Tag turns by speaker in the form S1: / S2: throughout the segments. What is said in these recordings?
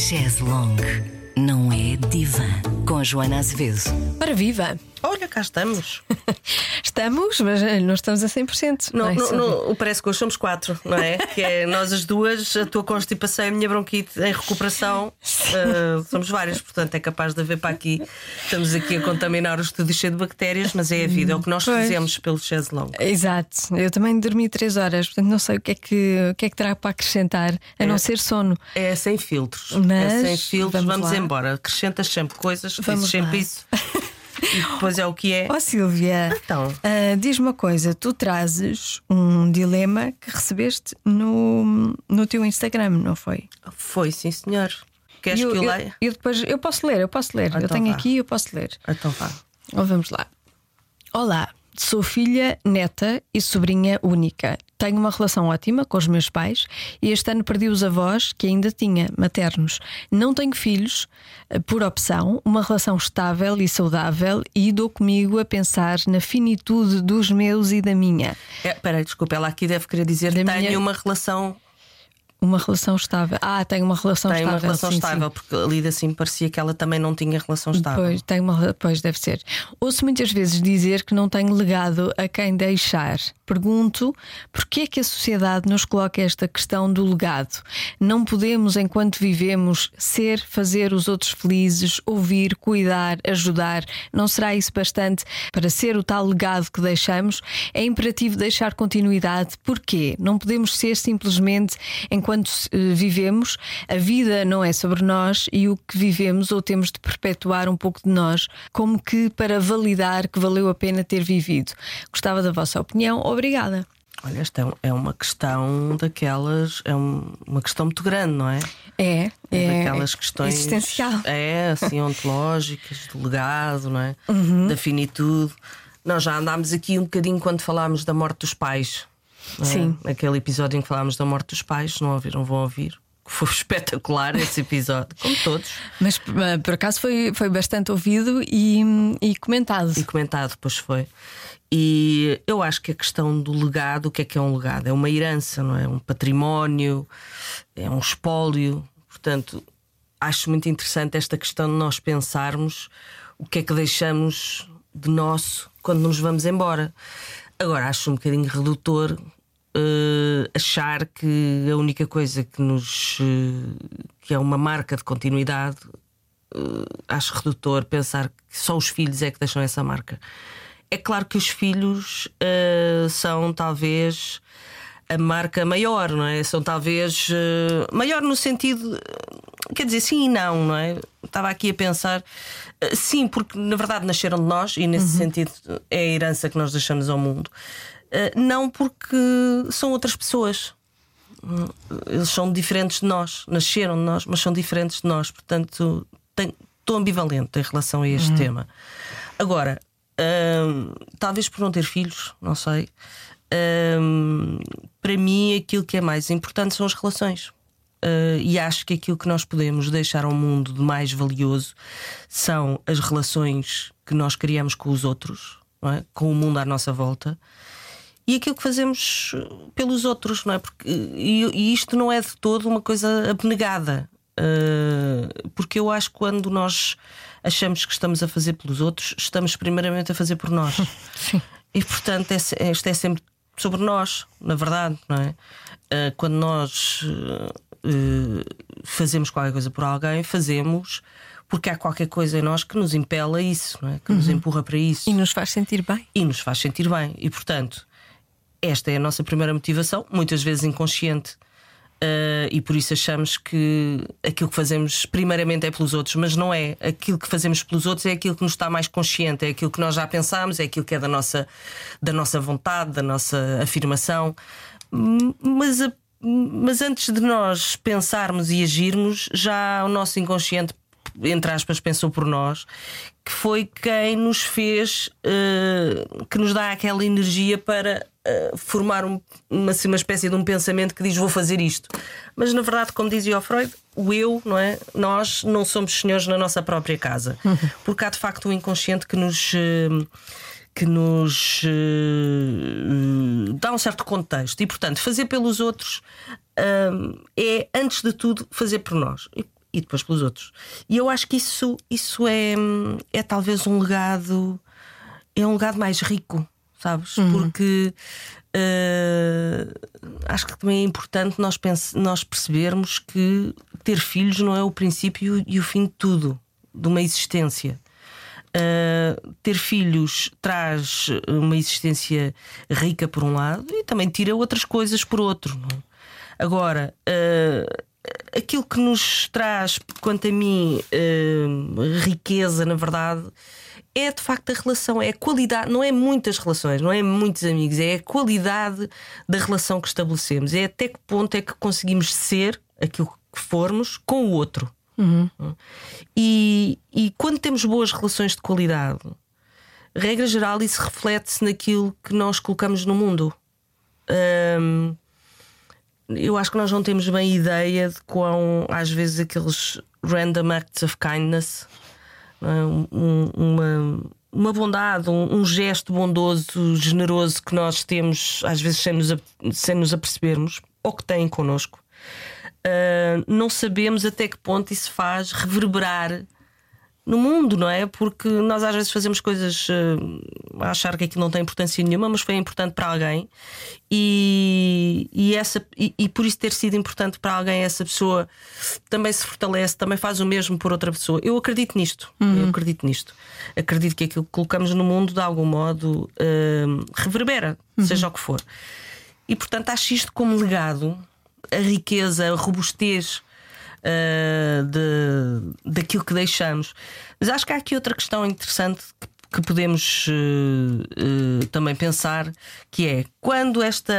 S1: Chaise Longue não é divã, com Joana Azevedo.
S2: Ora viva!
S3: Olha, cá estamos.
S2: Estamos, mas não estamos a 100%.
S3: Parece que hoje somos 4, não é? Que é nós as duas, a tua constipação e a minha bronquite em recuperação. Somos várias, portanto é capaz de haver para aqui. Estamos aqui a contaminar o estúdio cheio de bactérias, mas é a vida, é o que nós fazemos pelo Chaise Longue.
S2: Exato, eu também dormi 3 horas, portanto não sei o que é que terá para acrescentar, a não ser sono.
S3: É sem filtros.
S2: Mas
S3: é sem filtros, vamos
S2: lá.
S3: embora. Acrescentas sempre coisas,
S2: Vamos
S3: dizes sempre
S2: lá.
S3: isso. E depois é o que é.
S2: Ó Sílvia,
S3: Então.
S2: diz-me uma coisa, tu trazes um dilema que recebeste no teu Instagram, não foi?
S3: Foi, sim, senhor. Queres que eu leia?
S2: Eu posso ler.
S3: Então
S2: Eu tenho
S3: vá.
S2: aqui, eu posso ler.
S3: Então vá.
S2: Vamos lá. Olá, sou filha, neta e sobrinha única. Tenho uma relação ótima com os meus pais e este ano perdi os avós que ainda tinha, maternos. Não tenho filhos, por opção, uma relação estável e saudável e dou comigo a pensar na finitude dos meus e da minha.
S3: Espera aí, desculpa, ela aqui deve querer dizer que tenho uma relação.
S2: Uma relação estável. Tenho uma relação
S3: Tem
S2: estável.
S3: uma relação
S2: sim,
S3: estável,
S2: sim.
S3: porque ali assim parecia que ela também não tinha relação estável.
S2: Pois deve ser. Ouço muitas vezes dizer que não tenho legado a quem deixar. Pergunto porquê é que a sociedade nos coloca esta questão do legado. Não podemos, enquanto vivemos, fazer os outros felizes, ouvir, cuidar, ajudar. Não será isso bastante para ser o tal legado que deixamos? É imperativo deixar continuidade. Porquê? Não podemos ser simplesmente enquanto vivemos. A vida não é sobre nós e o que vivemos ou temos de perpetuar um pouco de nós, como que para validar que valeu a pena ter vivido. Gostava da vossa opinião. Obrigada.
S3: Olha, esta é uma questão daquelas. É uma questão muito grande, não é?
S2: É
S3: daquelas questões
S2: existencial.
S3: Assim, ontológicas, do legado, não é? Da finitude. Nós já andámos aqui um bocadinho quando falámos da morte dos pais. Não é?
S2: Sim.
S3: Aquele episódio em que falámos da morte dos pais, se não ouviram, vão ouvir. Foi espetacular esse episódio, como todos.
S2: Mas por acaso foi bastante ouvido e comentado.
S3: E comentado, depois foi. E eu acho que a questão do legado, o que é um legado? É uma herança, não é? Um património, é um espólio. Portanto, acho muito interessante esta questão de nós pensarmos o que é que deixamos de nosso quando nos vamos embora. Agora, acho um bocadinho redutor achar que a única coisa que é uma marca de continuidade, acho redutor pensar que só os filhos é que deixam essa marca. É claro que os filhos são talvez a marca maior, não é? São talvez maior no sentido, quer dizer, sim e não é? Estava aqui a pensar, sim, porque na verdade nasceram de nós e nesse sentido é a herança que nós deixamos ao mundo. Não porque são outras pessoas. Eles são diferentes de nós, nasceram de nós, mas são diferentes de nós. Portanto, estou ambivalente em relação a este tema. Agora, talvez por não ter filhos, não sei. Para mim, aquilo que é mais importante são as relações. E acho que aquilo que nós podemos deixar ao mundo de mais valioso são as relações que nós criamos com os outros, não é? Com o mundo à nossa volta. E aquilo que fazemos pelos outros, não é? E isto não é de todo uma coisa abnegada. Porque eu acho que quando nós achamos que estamos a fazer pelos outros, estamos primeiramente a fazer por nós.
S2: Sim.
S3: E portanto, isto é sempre sobre nós, na verdade, não é? Quando nós fazemos qualquer coisa por alguém, fazemos porque há qualquer coisa em nós que nos impele a isso, não é? Que nos empurra para isso.
S2: E nos faz sentir bem.
S3: E portanto, esta é a nossa primeira motivação, muitas vezes inconsciente, e por isso achamos que aquilo que fazemos primeiramente é pelos outros, mas não é. Aquilo que fazemos pelos outros é aquilo que nos está mais consciente, é aquilo que nós já pensámos, é aquilo que é da nossa vontade, da nossa afirmação. Mas antes de nós pensarmos e agirmos, já o nosso inconsciente, entre aspas, pensou por nós, que foi quem nos fez, que nos dá aquela energia para formar uma espécie de um pensamento que diz vou fazer isto. Mas na verdade, como dizia o Freud, o eu, não é? Nós não somos senhores na nossa própria casa, porque há de facto um inconsciente que nos dá um certo contexto. E portanto, fazer pelos outros é, antes de tudo, fazer por nós. e depois pelos outros. E eu acho que isso é talvez um legado, é um legado mais rico, sabes? Porque acho que também é importante nós percebermos que ter filhos não é o princípio e o fim de tudo, de uma existência. Ter filhos traz uma existência rica por um lado e também tira outras coisas por outro, não é? Agora, aquilo que nos traz, quanto a mim, riqueza, na verdade, é de facto a relação, é a qualidade, não é muitas relações, não é muitos amigos, é a qualidade da relação que estabelecemos, é até que ponto é que conseguimos ser aquilo que formos com o outro. E quando temos boas relações de qualidade, regra geral, isso reflete-se naquilo que nós colocamos no mundo. Eu acho que nós não temos bem ideia de quão, às vezes, aqueles random acts of kindness, uma bondade, um gesto bondoso, generoso que nós temos, às vezes sem nos apercebermos, ou que têm connosco, não sabemos até que ponto isso faz reverberar no mundo, não é? Porque nós às vezes fazemos coisas a achar que aquilo não tem importância nenhuma, mas foi importante para alguém e por isso ter sido importante para alguém, essa pessoa também se fortalece, também faz o mesmo por outra pessoa. Eu acredito nisto. Acredito que aquilo que colocamos no mundo de algum modo reverbera, seja o que for. E portanto acho isto como legado, a riqueza, a robustez daquilo que deixamos. Mas acho que há aqui outra questão interessante que podemos também pensar, que é quando esta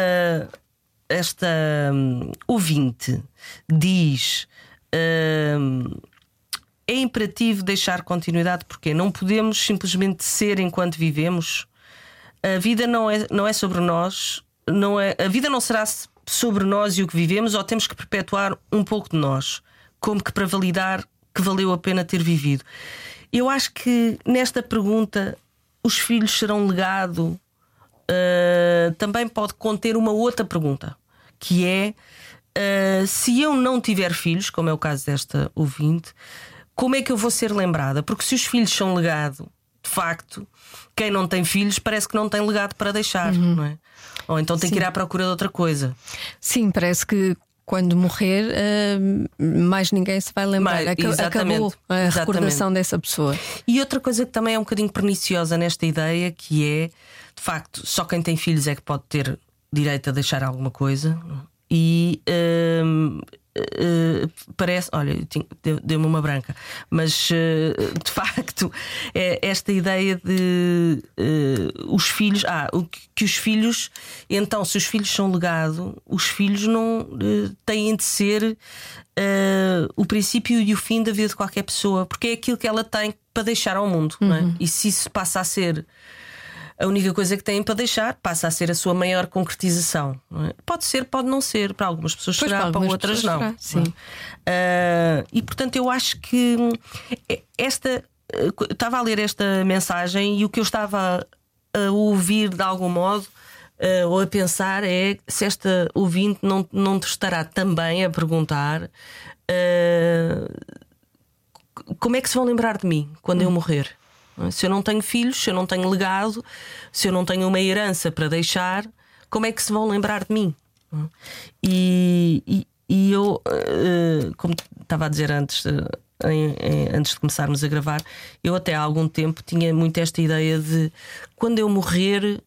S3: ouvinte diz é imperativo deixar continuidade, porque não podemos simplesmente ser enquanto vivemos. A vida não é sobre nós, a vida não será sobre nós e o que vivemos, ou temos que perpetuar um pouco de nós, como que para validar que valeu a pena ter vivido. Eu acho que nesta pergunta, os filhos serão legado, também pode conter uma outra pergunta, que é se eu não tiver filhos, como é o caso desta ouvinte, como é que eu vou ser lembrada? Porque se os filhos são legado, de facto, quem não tem filhos parece que não tem legado para deixar, não é? Ou então tem que ir à procura de outra coisa.
S2: Sim, parece que quando morrer, mais ninguém se vai lembrar. Acabou a recordação dessa pessoa.
S3: E outra coisa que também é um bocadinho perniciosa nesta ideia, que é, de facto, só quem tem filhos é que pode ter direito a deixar alguma coisa. E parece, olha, deu-me uma branca, mas de facto esta ideia de os filhos, que os filhos, então, se os filhos são legado, os filhos não têm de ser o princípio e o fim da vida de qualquer pessoa, porque é aquilo que ela tem para deixar ao mundo, não é? E se isso passa a ser a única coisa que têm para deixar, passa a ser a sua maior concretização, não é? Pode ser, pode não ser. Para algumas pessoas será, para outras não.
S2: Será, sim.
S3: E portanto eu acho que estava a ler esta mensagem e o que eu estava a ouvir de algum modo, ou a pensar, é se esta ouvinte não te estará também a perguntar como é que se vão lembrar de mim quando eu morrer. Se eu não tenho filhos, se eu não tenho legado, se eu não tenho uma herança para deixar, como é que se vão lembrar de mim? E eu, como estava a dizer antes de começarmos a gravar, eu até há algum tempo tinha muito esta ideia de quando eu morrer,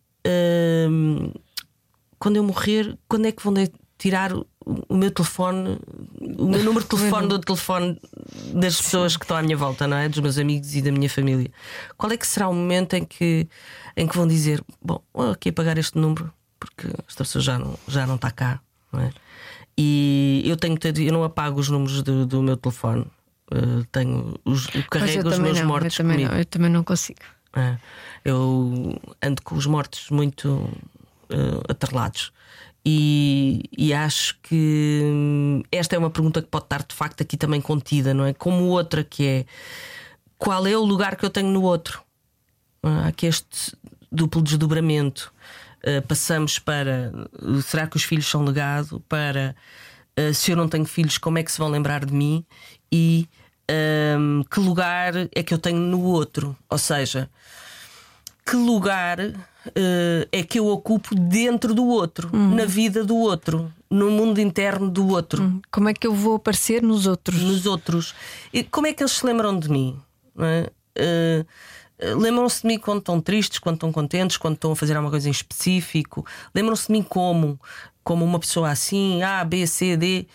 S3: quando é que vão tirar o meu telefone, o meu número de telefone do telefone das pessoas que estão à minha volta, não é? Dos meus amigos e da minha família. Qual é que será o momento em que vão dizer: bom, aqui apagar este número porque esta pessoa já não está cá, não é? E eu não apago os números do meu telefone. Carrego os meus mortos comigo.
S2: Eu também não consigo.
S3: Eu ando com os mortos muito atrelados. E acho que esta é uma pergunta que pode estar de facto aqui também contida, não é? Como outra, que é: qual é o lugar que eu tenho no outro? Há aqui este duplo desdobramento. Passamos para: será que os filhos são legado? Para se eu não tenho filhos, como é que se vão lembrar de mim e que lugar é que eu tenho no outro? Ou seja, que lugar é que eu ocupo dentro do outro, na vida do outro, no mundo interno do outro?
S2: Como é que eu vou aparecer nos outros?
S3: Nos outros. E como é que eles se lembram de mim? Não é? Lembram-se de mim quando estão tristes, quando estão contentes, quando estão a fazer alguma coisa em específico? Lembram-se de mim como uma pessoa assim, A, B, C, D.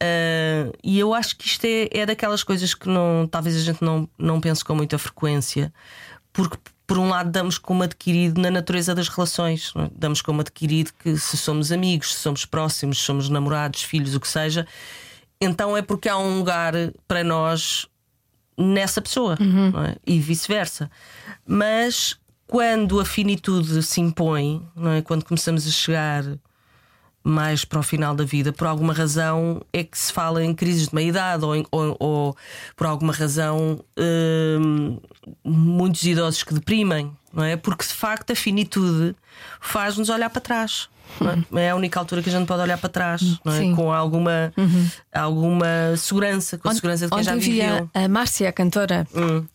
S3: E eu acho que isto é daquelas coisas que talvez a gente não pense com muita frequência, porque por um lado damos como adquirido na natureza das relações, não é? Damos como adquirido que se somos amigos, se somos próximos, se somos namorados, filhos, o que seja, então é porque há um lugar para nós nessa pessoa, não é? E vice-versa. Mas quando a finitude se impõe, não é? Quando começamos a chegar mais para o final da vida, por alguma razão é que se fala em crises de meia-idade ou por alguma razão muitos idosos que deprimem, não é? Porque de facto a finitude faz-nos olhar para trás, não é? É a única altura que a gente pode olhar para trás, não é? Com alguma segurança, com a segurança de quem já viveu.
S2: A Márcia, a cantora,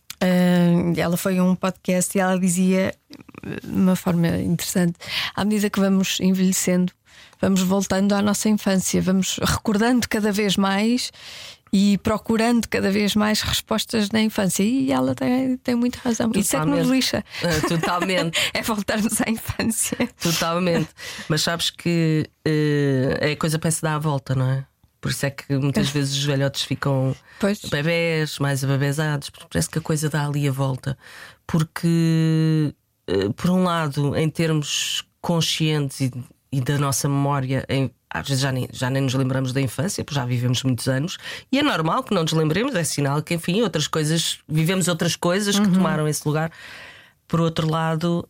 S2: ela foi a um podcast e ela dizia de uma forma interessante: à medida que vamos envelhecendo, vamos voltando à nossa infância, vamos recordando cada vez mais e procurando cada vez mais respostas na infância. E ela tem muita razão. Totalmente. Isso é que nos lixa.
S3: Totalmente.
S2: É voltarmos à infância.
S3: Totalmente. Mas sabes que a coisa parece dar a volta, não é? Por isso é que muitas vezes os velhotes ficam bebés, mais abebesados, porque parece que a coisa dá ali a volta. Porque, por um lado, em termos conscientes e da nossa memória, às vezes já nem nos lembramos da infância, porque já vivemos muitos anos, e é normal que não nos lembremos, é sinal que, enfim, outras coisas, vivemos outras coisas que tomaram esse lugar. Por outro lado,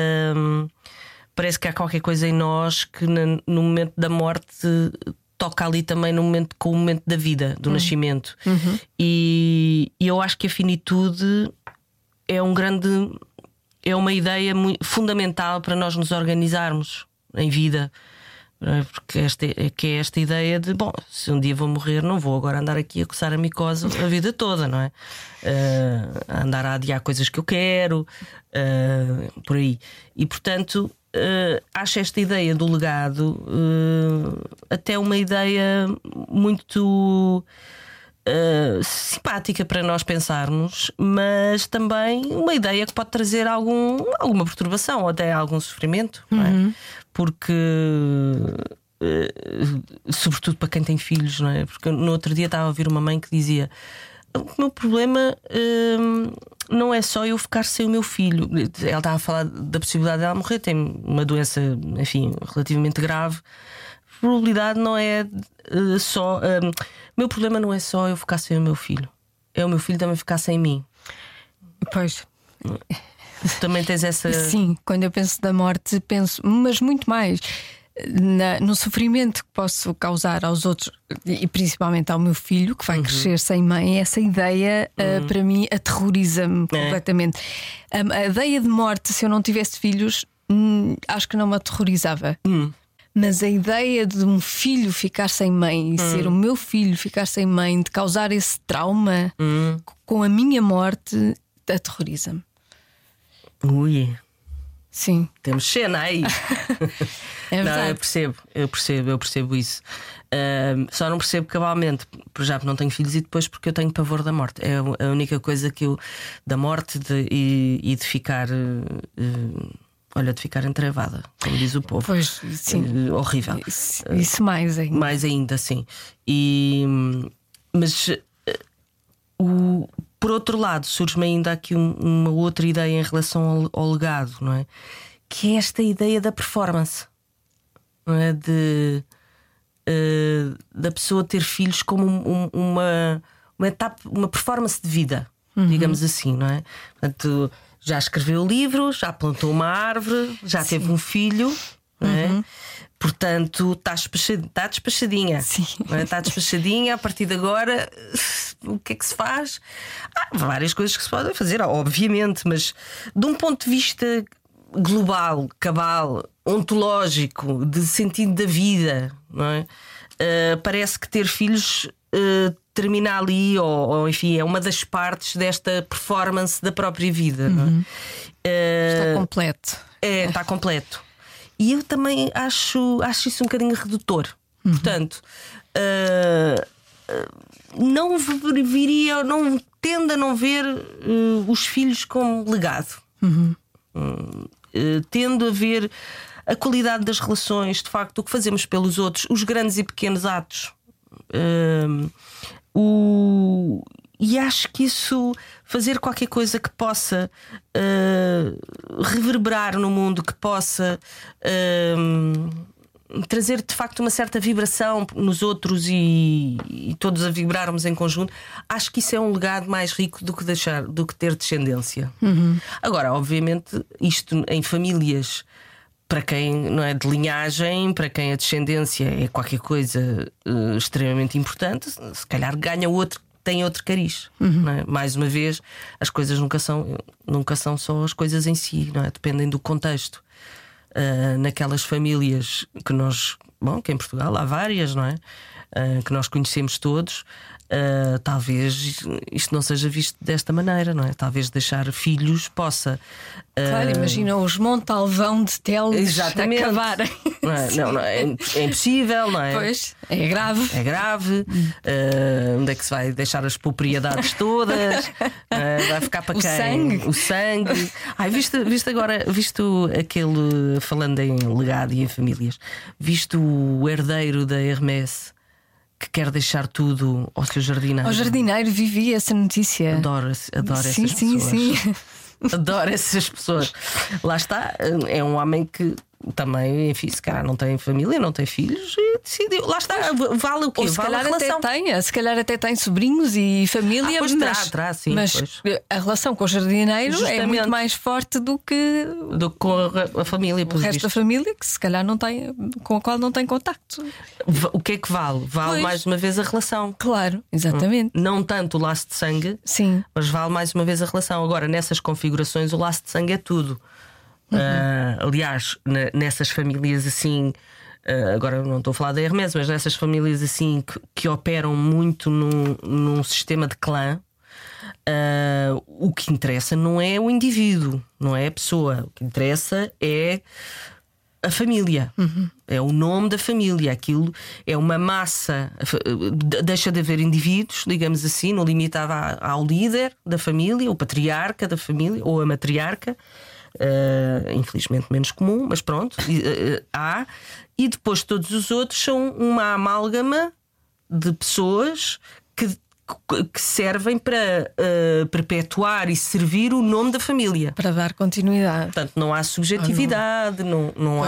S3: parece que há qualquer coisa em nós que no momento da morte toca ali também com o momento da vida, do nascimento. E eu acho que a finitude é uma ideia muito fundamental para nós nos organizarmos em vida, porque é esta ideia de, bom, se um dia vou morrer, não vou agora andar aqui a coçar a micose a vida toda, não é? Andar a adiar coisas que eu quero, por aí. E portanto, acho esta ideia do legado até uma ideia muito simpática para nós pensarmos, mas também uma ideia que pode trazer alguma perturbação ou até algum sofrimento, não é? Porque sobretudo para quem tem filhos, não é? Porque no outro dia estava a ouvir uma mãe que dizia: o meu problema não é só eu ficar sem o meu filho. Ela estava a falar da possibilidade dela morrer, tem uma doença, enfim, relativamente grave. A probabilidade não é só. O meu problema não é só eu ficar sem o meu filho, é o meu filho também ficar sem mim.
S2: Pois.
S3: Também tens essa.
S2: Sim, quando eu penso da morte, penso, mas muito mais no sofrimento que posso causar aos outros e principalmente ao meu filho, que vai crescer sem mãe. Essa ideia para mim aterroriza-me completamente. A ideia de morte, se eu não tivesse filhos, acho que não me aterrorizava. Mas a ideia de um filho ficar sem mãe e ser o meu filho ficar sem mãe, de causar esse trauma com a minha morte, aterroriza-me.
S3: Ui.
S2: Sim.
S3: Temos cena aí.
S2: É verdade.
S3: Não, eu percebo isso. Só não percebo cabalmente, por exemplo, não tenho filhos e depois porque eu tenho pavor da morte. É a única coisa que eu. Da morte e de ficar. Olha, de ficar entrevada, como diz o povo.
S2: Pois, sim.
S3: Horrível.
S2: Isso mais ainda.
S3: Mais ainda, sim. Mas por outro lado, surge-me ainda aqui uma outra ideia em relação ao legado, não é? Que é esta ideia da performance, não é? Da pessoa ter filhos como uma etapa, uma performance de vida, digamos assim, não é? Portanto, já escreveu livros, já plantou uma árvore, já teve um filho, não é? Portanto, está despachadinha.
S2: Sim.
S3: Não é? Está despachadinha. A partir de agora, o que é que se faz? Há várias coisas que se podem fazer, obviamente, mas de um ponto de vista global, cabal, ontológico, de sentido da vida, não é? parece que ter filhos termina ali, ou enfim, é uma das partes desta performance da própria vida. Não é?
S2: Está completo.
S3: Está completo. E eu também acho isso um bocadinho redutor. Portanto, não viria, não tendo a não ver os filhos como legado. Tendo a ver a qualidade das relações, de facto, o que fazemos pelos outros, os grandes e pequenos atos. E acho que isso, fazer qualquer coisa que possa reverberar no mundo, que possa trazer de facto uma certa vibração nos outros e todos a vibrarmos em conjunto, acho que isso é um legado mais rico do que ter descendência. Agora, obviamente, isto em famílias, para quem não é de linhagem, para quem a descendência é qualquer coisa extremamente importante, se calhar tem outro cariz. Não é? Mais uma vez, as coisas nunca são só as coisas em si, não é? Dependem do contexto. Naquelas famílias que em Portugal há várias, não é? Que nós conhecemos todos. Talvez isto não seja visto desta maneira, não é? Talvez deixar filhos possa.
S2: Claro, imagina os Montalvão de Teles acabarem.
S3: Não, é impossível, não é?
S2: Pois, é grave.
S3: É grave. Onde é que se vai deixar as propriedades todas? Vai ficar para quem? O sangue. Visto aquele, falando em legado e em famílias, visto o herdeiro da Hermès que quer deixar tudo ao seu jardineiro.
S2: Ao jardineiro, vivi essa notícia.
S3: Adoro
S2: sim,
S3: essas
S2: sim,
S3: pessoas.
S2: sim.
S3: Adoro essas pessoas. Lá está, é um homem que também, enfim, se calhar não tem família, não tem filhos e decidiu. Lá está, vale o quê?
S2: Ou se
S3: vale
S2: calhar
S3: a relação.
S2: Se calhar até tem sobrinhos e família,
S3: Pois
S2: mas,
S3: terá, sim,
S2: mas
S3: pois.
S2: a relação com o jardineiro é
S3: Justamente.
S2: muito mais forte do que
S3: Com a família,
S2: o resto da família, que se calhar não tem, com a qual não tem contacto.
S3: O que é que vale? Vale
S2: Pois.
S3: mais uma vez a relação.
S2: Claro, exatamente.
S3: Não tanto o laço de sangue,
S2: Sim.
S3: mas vale mais uma vez a relação. Agora, nessas configurações, o laço de sangue é tudo. Aliás, nessas famílias assim, agora não estou a falar da Hermès, mas nessas famílias assim que operam muito num sistema de clã, o que interessa não é o indivíduo, não é a pessoa. O que interessa é a família. É o nome da família. Aquilo é uma massa. Deixa de haver indivíduos, digamos assim, não limitava ao líder da família, o patriarca da família ou a matriarca. Infelizmente menos comum, mas pronto, há. E depois todos os outros são uma amálgama de pessoas que servem para perpetuar e servir o nome da família.
S2: Para dar continuidade.
S3: Portanto, não há subjetividade, não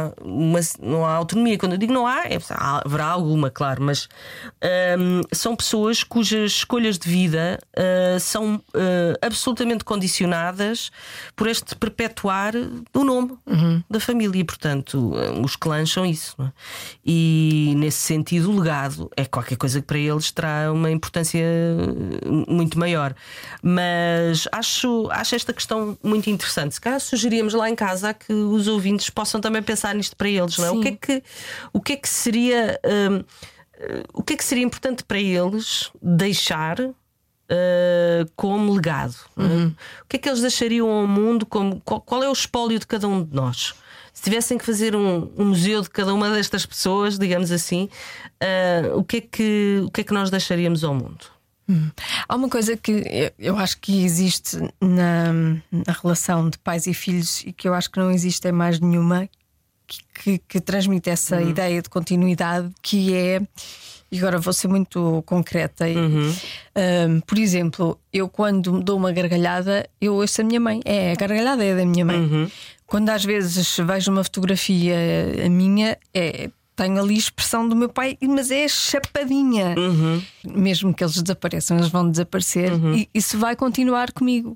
S3: há autonomia. Quando eu digo não há, haverá alguma, claro, mas são pessoas cujas escolhas de vida são absolutamente condicionadas por este perpetuar do nome da família. E, portanto, os clãs são isso, não é? E nesse sentido, o legado é qualquer coisa que para eles terá uma importância muito maior. Mas acho esta questão muito interessante. Se calhar sugeríamos lá em casa que os ouvintes possam também pensar nisto para eles, não é? O que é que seria importante para eles deixar como legado? Não é? O que é que eles deixariam ao mundo? Qual é o espólio de cada um de nós? Se tivessem que fazer um museu de cada uma destas pessoas, digamos assim, o que é que nós deixaríamos ao mundo?
S2: Há uma coisa que eu acho que existe na relação de pais e filhos e que eu acho que não existe em mais nenhuma, que transmite essa ideia de continuidade, que é, e agora vou ser muito concreta, por exemplo, eu quando dou uma gargalhada, eu ouço a minha mãe. A gargalhada é da minha mãe. Quando às vezes vejo uma fotografia minha, tenho ali a expressão do meu pai, mas é chapadinha. Mesmo que eles desapareçam, eles vão desaparecer, e isso vai continuar comigo.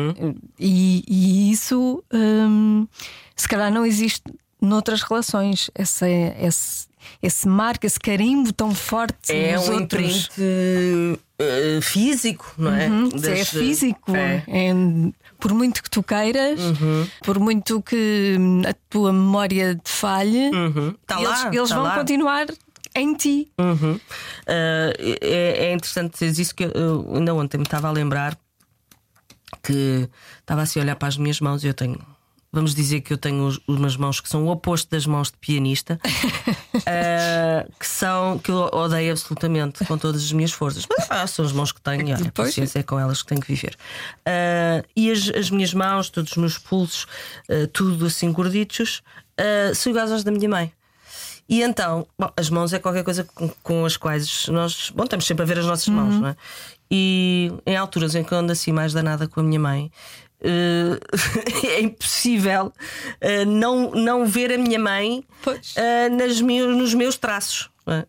S2: E isso se calhar não existe noutras relações. Esse marco, esse carimbo tão forte.
S3: É
S2: nos
S3: um
S2: outros.
S3: imprint físico, não é?
S2: É físico. Por muito que tu queiras, por muito que a tua memória te falhe,
S3: Tá
S2: eles vão continuar em ti.
S3: É interessante dizer isso, que eu ainda ontem me estava a lembrar que estava assim a olhar para as minhas mãos e eu tenho. Vamos dizer que eu tenho umas mãos que são o oposto das mãos de pianista, que eu odeio absolutamente com todas as minhas forças. Mas são as mãos que tenho, a paciência é com elas que tenho que viver. E as minhas mãos, todos os meus pulsos, tudo assim gorditos, são iguais aos da minha mãe. E então, as mãos é qualquer coisa com as quais nós estamos sempre a ver as nossas mãos, não é? E em alturas em que eu ando assim mais danada com a minha mãe, é impossível não ver a minha mãe nos meus traços, não é?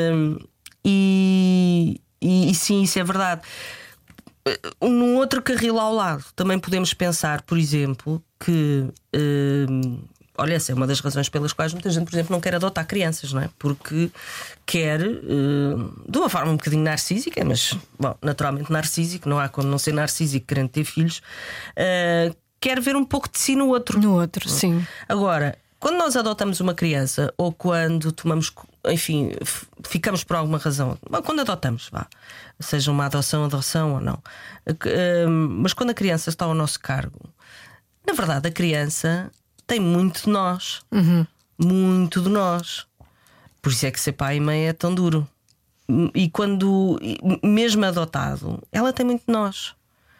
S3: E sim, isso é verdade. Num outro carril ao lado também podemos pensar, por exemplo, que olha, essa é uma das razões pelas quais muita gente, por exemplo, não quer adotar crianças, não é? Porque quer, de uma forma um bocadinho narcísica, mas, naturalmente narcísico, não há como não ser narcísico querendo ter filhos, quer ver um pouco de si no outro.
S2: No outro, sim.
S3: Agora, quando nós adotamos uma criança ou quando tomamos, enfim, ficamos por alguma razão, quando adotamos, seja uma adoção ou não, mas quando a criança está ao nosso cargo, na verdade a criança tem muito de nós, muito de nós. Por isso é que ser pai e mãe é tão duro. E quando, mesmo adotado, ela tem muito de nós.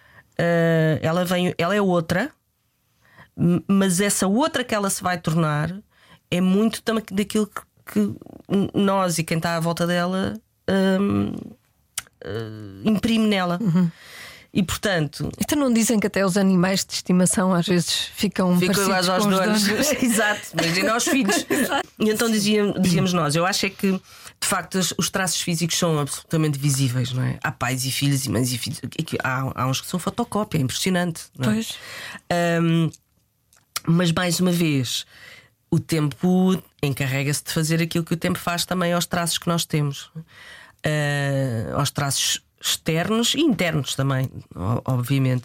S3: Ela é outra, mas essa outra que ela se vai tornar é muito também daquilo que nós e quem está à volta dela imprime nela. E portanto.
S2: Então não dizem que até os animais de estimação às vezes ficam
S3: iguais aos donos. Exato, mas e nós filhos. E então dizíamos nós, eu acho é que de facto os traços físicos são absolutamente visíveis, não é? Há pais e filhos e mães e filhos. Há uns que são fotocópia, é impressionante, não é?
S2: Pois.
S3: Mas mais uma vez, o tempo encarrega-se de fazer aquilo que o tempo faz também aos traços que nós temos, aos traços externos e internos também, obviamente.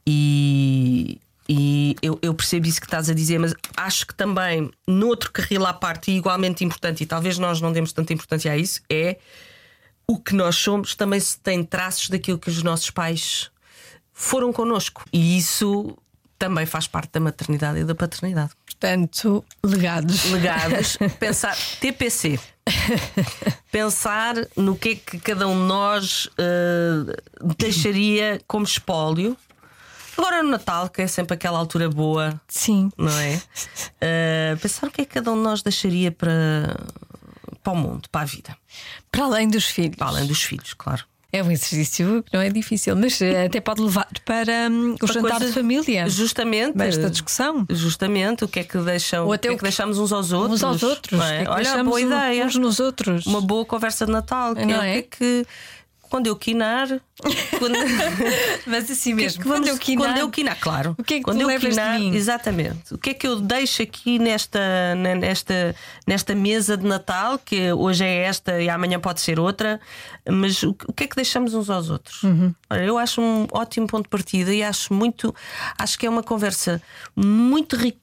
S3: E eu percebo isso que estás a dizer, mas acho que também noutro carril à parte, e igualmente importante, e talvez nós não demos tanta importância a isso, é o que nós somos também se tem traços daquilo que os nossos pais foram connosco. E isso também faz parte da maternidade e da paternidade.
S2: Portanto, legados.
S3: Pensar, TPC. Pensar no que é que cada um de nós deixaria como espólio. Agora no Natal, que é sempre aquela altura boa.
S2: Sim.
S3: Não é? Pensar o que é que cada um de nós deixaria para o mundo, para a vida.
S2: Para além dos filhos.
S3: Para além dos filhos, claro.
S2: É um exercício que não é difícil, mas até pode levar para o jantar de família.
S3: Justamente.
S2: Esta discussão.
S3: Justamente, o que é que deixam,
S2: ou até
S3: o que é que deixamos uns aos outros.
S2: Uns aos outros.
S3: É?
S2: Que
S3: Olha, boa ideia.
S2: Uns nos outros.
S3: Uma boa conversa de Natal.
S2: Não é?
S3: Que quando eu quinar.
S2: Mas assim mesmo.
S3: Quando eu quinar, claro.
S2: O que é que
S3: quando
S2: tu
S3: eu
S2: levas
S3: quinar,
S2: de mim?
S3: exatamente. O que é que eu deixo aqui nesta mesa de Natal, que hoje é esta e amanhã pode ser outra, mas o que é que deixamos uns aos outros? Olha, eu acho um ótimo ponto de partida e acho que é uma conversa muito rica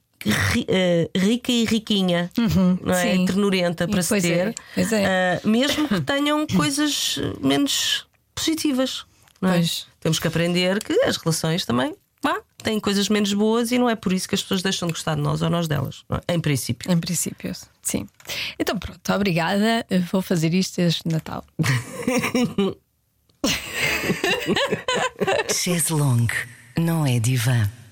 S3: e riquinha, não é?
S2: Sim.
S3: E ternurenta para se ter, mesmo que tenham coisas menos positivas, não é? Temos que aprender que as relações também têm coisas menos boas e não é por isso que as pessoas deixam de gostar de nós ou nós delas, não é? Em princípio.
S2: Em princípio, sim. Então pronto, obrigada. Vou fazer isto este Natal.
S1: Chaise longue, não é divã.